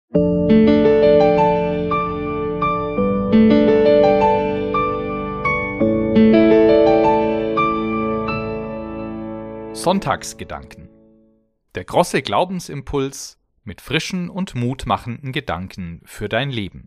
Sonntagsgedanken. Der große Glaubensimpuls mit frischen und mutmachenden Gedanken für dein Leben.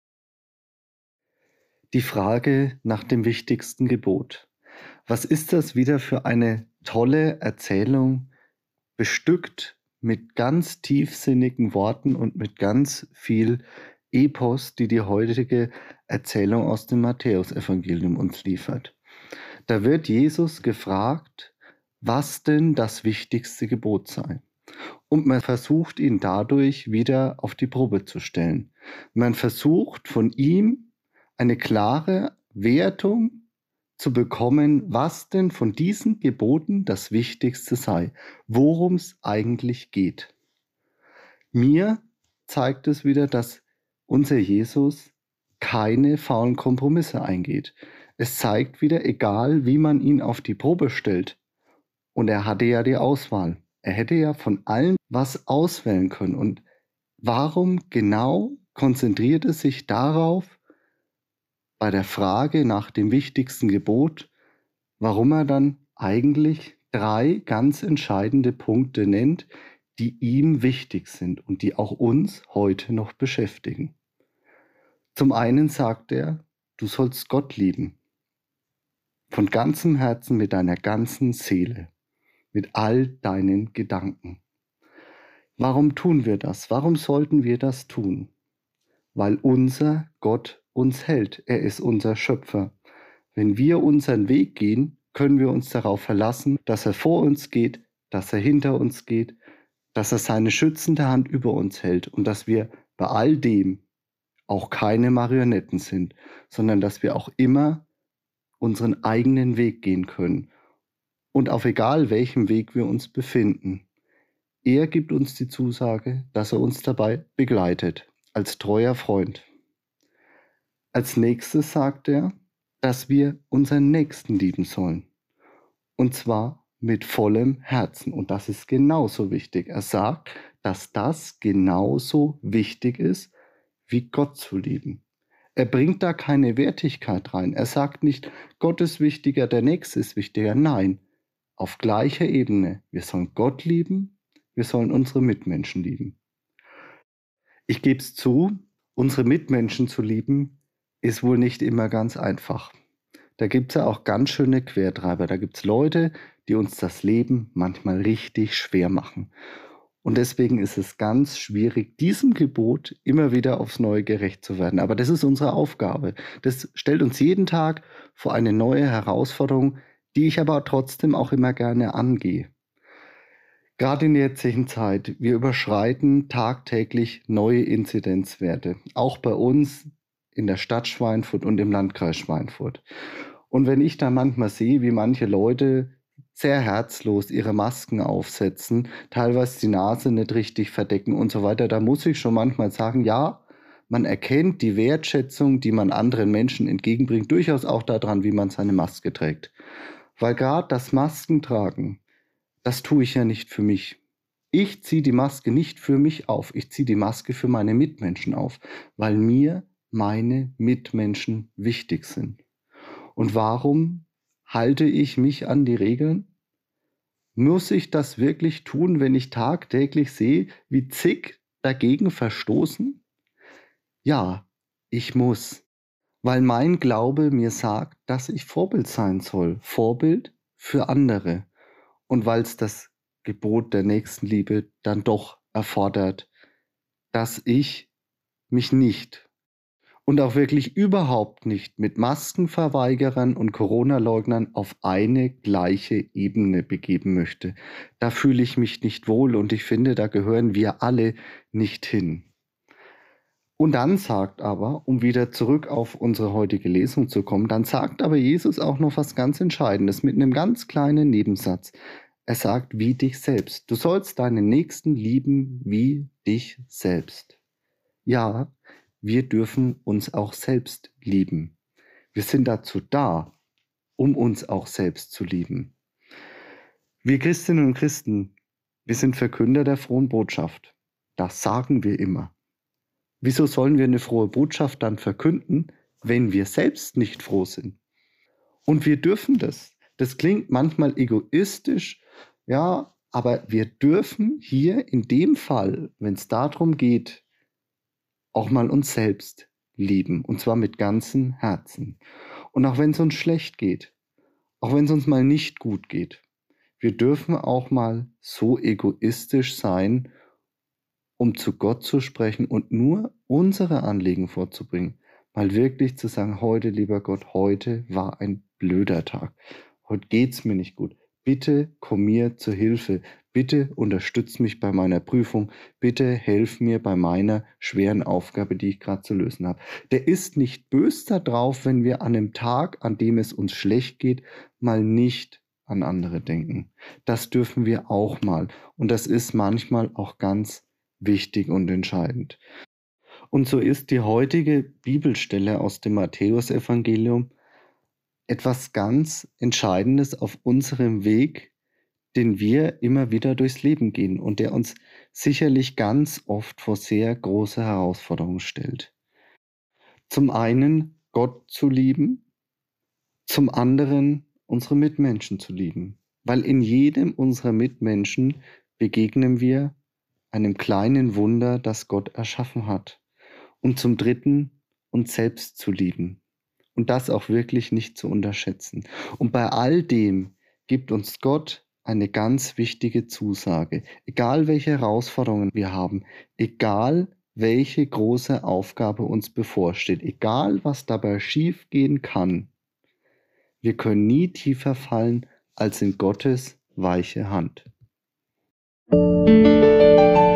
Die Frage nach dem wichtigsten Gebot. Was ist das wieder für eine tolle Erzählung, bestückt mit ganz tiefsinnigen Worten und mit ganz viel Epos, die die heutige Erzählung aus dem Matthäusevangelium uns liefert. Da wird Jesus gefragt, was denn das wichtigste Gebot sei. Und man versucht ihn dadurch wieder auf die Probe zu stellen. Man versucht von ihm eine klare Wertung zu bekommen, was denn von diesen Geboten das Wichtigste sei, worum es eigentlich geht. Mir zeigt es wieder, dass unser Jesus keine faulen Kompromisse eingeht. Es zeigt wieder, egal wie man ihn auf die Probe stellt, und er hatte ja die Auswahl. Er hätte ja von allen was auswählen können. Und warum genau konzentriert er sich darauf, bei der Frage nach dem wichtigsten Gebot, warum er dann eigentlich 3 ganz entscheidende Punkte nennt, die ihm wichtig sind und die auch uns heute noch beschäftigen. Zum einen sagt er, du sollst Gott lieben. Von ganzem Herzen, mit deiner ganzen Seele, mit all deinen Gedanken. Warum tun wir das? Warum sollten wir das tun? Weil unser Gott uns hält. Er ist unser Schöpfer. Wenn wir unseren Weg gehen, können wir uns darauf verlassen, dass er vor uns geht, dass er hinter uns geht, dass er seine schützende Hand über uns hält und dass wir bei all dem auch keine Marionetten sind, sondern dass wir auch immer unseren eigenen Weg gehen können. Und auf egal welchem Weg wir uns befinden. Er gibt uns die Zusage, dass er uns dabei begleitet, als treuer Freund. Als nächstes sagt er, dass wir unseren Nächsten lieben sollen. Und zwar mit vollem Herzen. Und das ist genauso wichtig. Er sagt, dass das genauso wichtig ist, wie Gott zu lieben. Er bringt da keine Wertigkeit rein. Er sagt nicht, Gott ist wichtiger, der Nächste ist wichtiger. Nein, auf gleicher Ebene. Wir sollen Gott lieben, wir sollen unsere Mitmenschen lieben. Ich gebe es zu, unsere Mitmenschen zu lieben, ist wohl nicht immer ganz einfach. Da gibt es ja auch ganz schöne Quertreiber. Da gibt es Leute, die uns das Leben manchmal richtig schwer machen. Und deswegen ist es ganz schwierig, diesem Gebot immer wieder aufs Neue gerecht zu werden. Aber das ist unsere Aufgabe. Das stellt uns jeden Tag vor eine neue Herausforderung, die ich aber trotzdem auch immer gerne angehe. Gerade in der jetzigen Zeit, wir überschreiten tagtäglich neue Inzidenzwerte, auch bei uns in der Stadt Schweinfurt und im Landkreis Schweinfurt. Und wenn ich dann manchmal sehe, wie manche Leute sehr herzlos ihre Masken aufsetzen, teilweise die Nase nicht richtig verdecken und so weiter, da muss ich schon manchmal sagen, ja, man erkennt die Wertschätzung, die man anderen Menschen entgegenbringt, durchaus auch daran, wie man seine Maske trägt. Weil gerade das Maskentragen, das tue ich ja nicht für mich. Ich ziehe die Maske nicht für mich auf, ich ziehe die Maske für meine Mitmenschen auf, weil mir meine Mitmenschen wichtig sind. Und warum halte ich mich an die Regeln? Muss ich das wirklich tun, wenn ich tagtäglich sehe, wie zig dagegen verstoßen? Ja, ich muss, weil mein Glaube mir sagt, dass ich Vorbild sein soll, Vorbild für andere. Und weil es das Gebot der Nächstenliebe dann doch erfordert, dass ich mich nicht und auch wirklich überhaupt nicht mit Maskenverweigerern und Corona-Leugnern auf eine gleiche Ebene begeben möchte. Da fühle ich mich nicht wohl und ich finde, da gehören wir alle nicht hin. Und dann sagt aber, um wieder zurück auf unsere heutige Lesung zu kommen, dann sagt aber Jesus auch noch was ganz Entscheidendes mit einem ganz kleinen Nebensatz. Er sagt, wie dich selbst. Du sollst deinen Nächsten lieben wie dich selbst. Ja, wir dürfen uns auch selbst lieben. Wir sind dazu da, um uns auch selbst zu lieben. Wir Christinnen und Christen, wir sind Verkünder der frohen Botschaft. Das sagen wir immer. Wieso sollen wir eine frohe Botschaft dann verkünden, wenn wir selbst nicht froh sind? Und wir dürfen das. Das klingt manchmal egoistisch, ja, aber wir dürfen hier in dem Fall, wenn es darum geht, auch mal uns selbst lieben, und zwar mit ganzem Herzen. Und auch wenn es uns schlecht geht, auch wenn es uns mal nicht gut geht, wir dürfen auch mal so egoistisch sein, um zu Gott zu sprechen und nur unsere Anliegen vorzubringen. Mal wirklich zu sagen, heute, lieber Gott, heute war ein blöder Tag. Heute geht's mir nicht gut. Bitte komm mir zur Hilfe. Bitte unterstütz mich bei meiner Prüfung. Bitte helf mir bei meiner schweren Aufgabe, die ich gerade zu lösen habe. Der ist nicht böse darauf, wenn wir an einem Tag, an dem es uns schlecht geht, mal nicht an andere denken. Das dürfen wir auch mal. Und das ist manchmal auch ganz wichtig und entscheidend. Und so ist die heutige Bibelstelle aus dem Matthäusevangelium etwas ganz Entscheidendes auf unserem Weg, den wir immer wieder durchs Leben gehen und der uns sicherlich ganz oft vor sehr große Herausforderungen stellt. Zum einen Gott zu lieben, zum anderen unsere Mitmenschen zu lieben, weil in jedem unserer Mitmenschen begegnen wir einem kleinen Wunder, das Gott erschaffen hat. Und zum dritten uns selbst zu lieben und das auch wirklich nicht zu unterschätzen. Und bei all dem gibt uns Gott eine ganz wichtige Zusage. Egal welche Herausforderungen wir haben, egal welche große Aufgabe uns bevorsteht, egal was dabei schiefgehen kann, wir können nie tiefer fallen als in Gottes weiche Hand.